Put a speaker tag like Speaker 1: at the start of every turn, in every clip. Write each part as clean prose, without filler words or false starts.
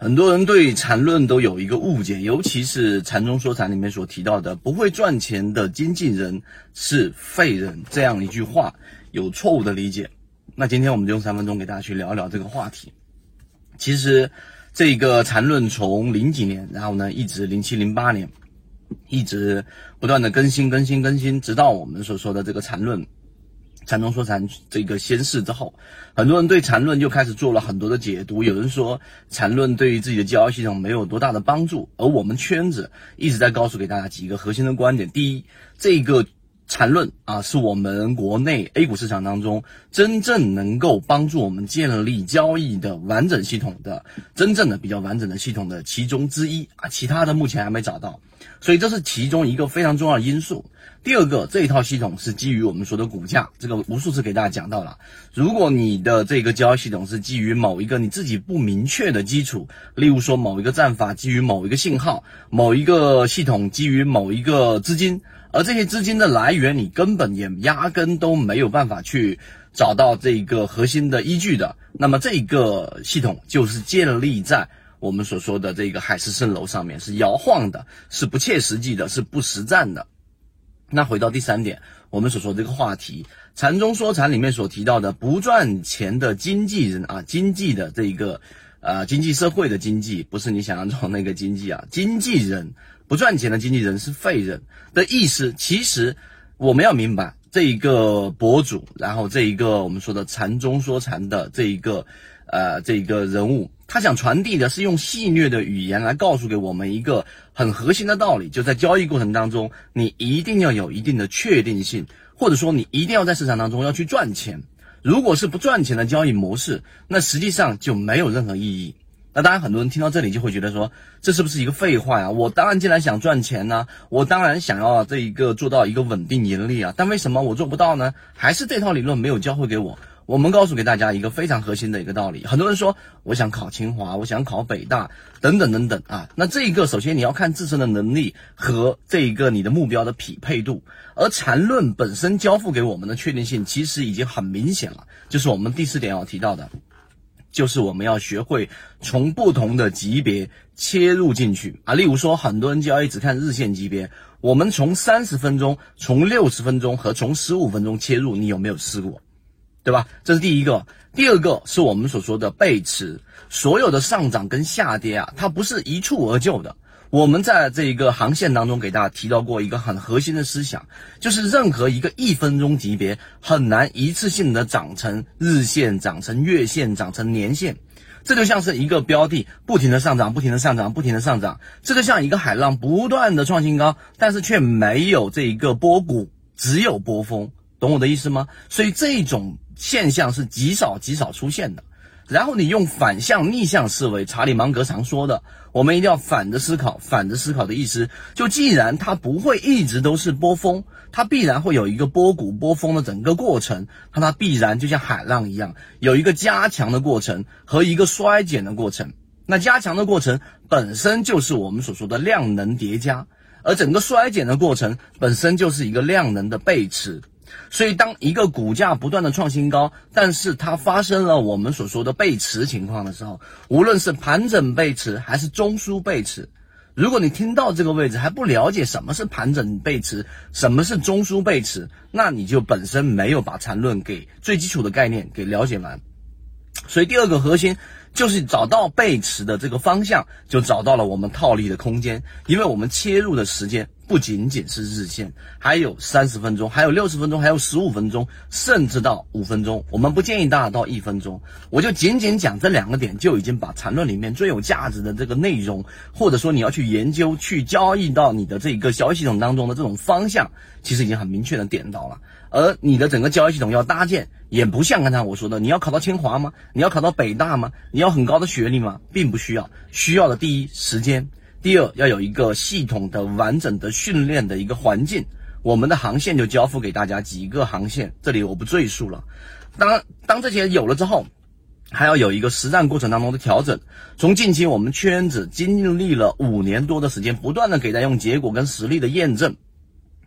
Speaker 1: 很多人对缠论都有一个误解，尤其是缠中说禅里面所提到的不会赚钱的经纪人是废人这样一句话有错误的理解。那今天我们就用3分钟给大家去聊一聊这个话题。其实这个缠论从零几年，然后呢一直07、08年一直不断的更新，直到我们所说的这个缠论缠中说禅这个先世之后，很多人对缠论就开始做了很多的解读。有人说缠论对于自己的交易系统没有多大的帮助，而我们圈子一直在告诉给大家几个核心的观点。第一，这个缠论是我们国内 A 股市场当中真正能够帮助我们建立交易的完整系统的真正的比较完整的系统的其中之一其他的目前还没找到，所以这是其中一个非常重要的因素。第二个，这一套系统是基于我们说的股价，这个无数次给大家讲到了。如果你的这个交易系统是基于某一个你自己不明确的基础，例如说某一个战法基于某一个信号，某一个系统基于某一个资金，而这些资金的来源你根本也压根都没有办法去找到这个核心的依据的，那么这个系统就是建立在我们所说的这个海市蜃楼上面，是摇晃的，是不切实际的，是不实战的。那回到第3点，我们所说的这个话题，缠中说禅里面所提到的不赚钱的经纪人经济的这个经济社会的经济，不是你想象中那个经济经纪人不赚钱的经纪人是废人的意思。其实我们要明白，这一个博主，然后这一个我们说的缠中说禅的这一个人物，他想传递的是用戏谑的语言来告诉给我们一个很核心的道理，就在交易过程当中，你一定要有一定的确定性，或者说你一定要在市场当中要去赚钱。如果是不赚钱的交易模式，那实际上就没有任何意义。那当然很多人听到这里就会觉得说，这是不是一个废话我当然既然想赚钱我当然想要这一个做到一个稳定盈利但为什么我做不到呢？还是这套理论没有教会给我。我们告诉给大家一个非常核心的一个道理。很多人说我想考清华，我想考北大等等那这一个首先你要看自身的能力和这一个你的目标的匹配度，而缠论本身交付给我们的确定性其实已经很明显了，就是我们第4点要提到的，就是我们要学会从不同的级别切入进去例如说很多人交易只看日线级别，我们从30分钟、从60分钟和从15分钟切入，你有没有试过？对吧？这是第一个。第二个是我们所说的背驰，所有的上涨跟下跌它不是一蹴而就的。我们在这个航线当中给大家提到过一个很核心的思想，就是任何一个1分钟级别很难一次性的涨成日线，涨成月线，涨成年线。这就像是一个标的不停的上涨，这就像一个海浪不断的创新高，但是却没有这一个波谷，只有波峰。懂我的意思吗？所以这种现象是极少出现的。然后你用反向逆向思维，查理芒格常说的，我们一定要反着思考。反着思考的意思，就既然它不会一直都是波峰，它必然会有一个波谷波峰的整个过程，它必然就像海浪一样，有一个加强的过程和一个衰减的过程。那加强的过程本身就是我们所说的量能叠加，而整个衰减的过程本身就是一个量能的背驰。所以当一个股价不断的创新高，但是它发生了我们所说的背驰情况的时候，无论是盘整背驰还是中枢背驰，如果你听到这个位置还不了解什么是盘整背驰，什么是中枢背驰，那你就本身没有把缠论给最基础的概念给了解完。所以第二个核心就是找到背驰的这个方向，就找到了我们套利的空间。因为我们切入的时间不仅仅是日线，还有30分钟，还有60分钟，还有15分钟，甚至到5分钟。我们不建议大家到1分钟，我就仅仅讲这2个点，就已经把缠论里面最有价值的这个内容，或者说你要去研究去交易到你的这个交易系统当中的这种方向，其实已经很明确的点到了。而你的整个交易系统要搭建，也不像刚才我说的，你要考到清华吗？你要考到北大吗？你要很高的学历吗？并不需要。需要的第一，时间；第二，要有一个系统的完整的训练的一个环境。我们的航线就交付给大家几个航线，这里我不赘述了。当这些有了之后，还要有一个实战过程当中的调整。从近期我们圈子经历了5年多的时间，不断的给大家用结果跟实力的验证，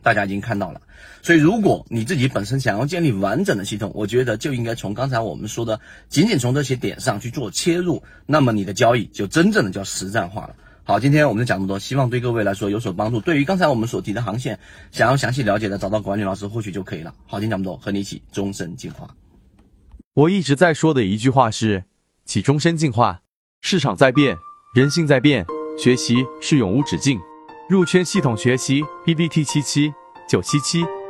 Speaker 1: 大家已经看到了。所以如果你自己本身想要建立完整的系统，我觉得就应该从刚才我们说的仅仅从这些点上去做切入，那么你的交易就真正的叫实战化了。好，今天我们就讲这么多，希望对各位来说有所帮助。对于刚才我们所提的航线，想要详细了解的，找到管理老师或许就可以了。好，今天讲这么多，和你一起终身进化。
Speaker 2: 我一直在说的一句话是：起终身进化。市场在变，人性在变，学习是永无止境。入圈系统学习 PPT 77977。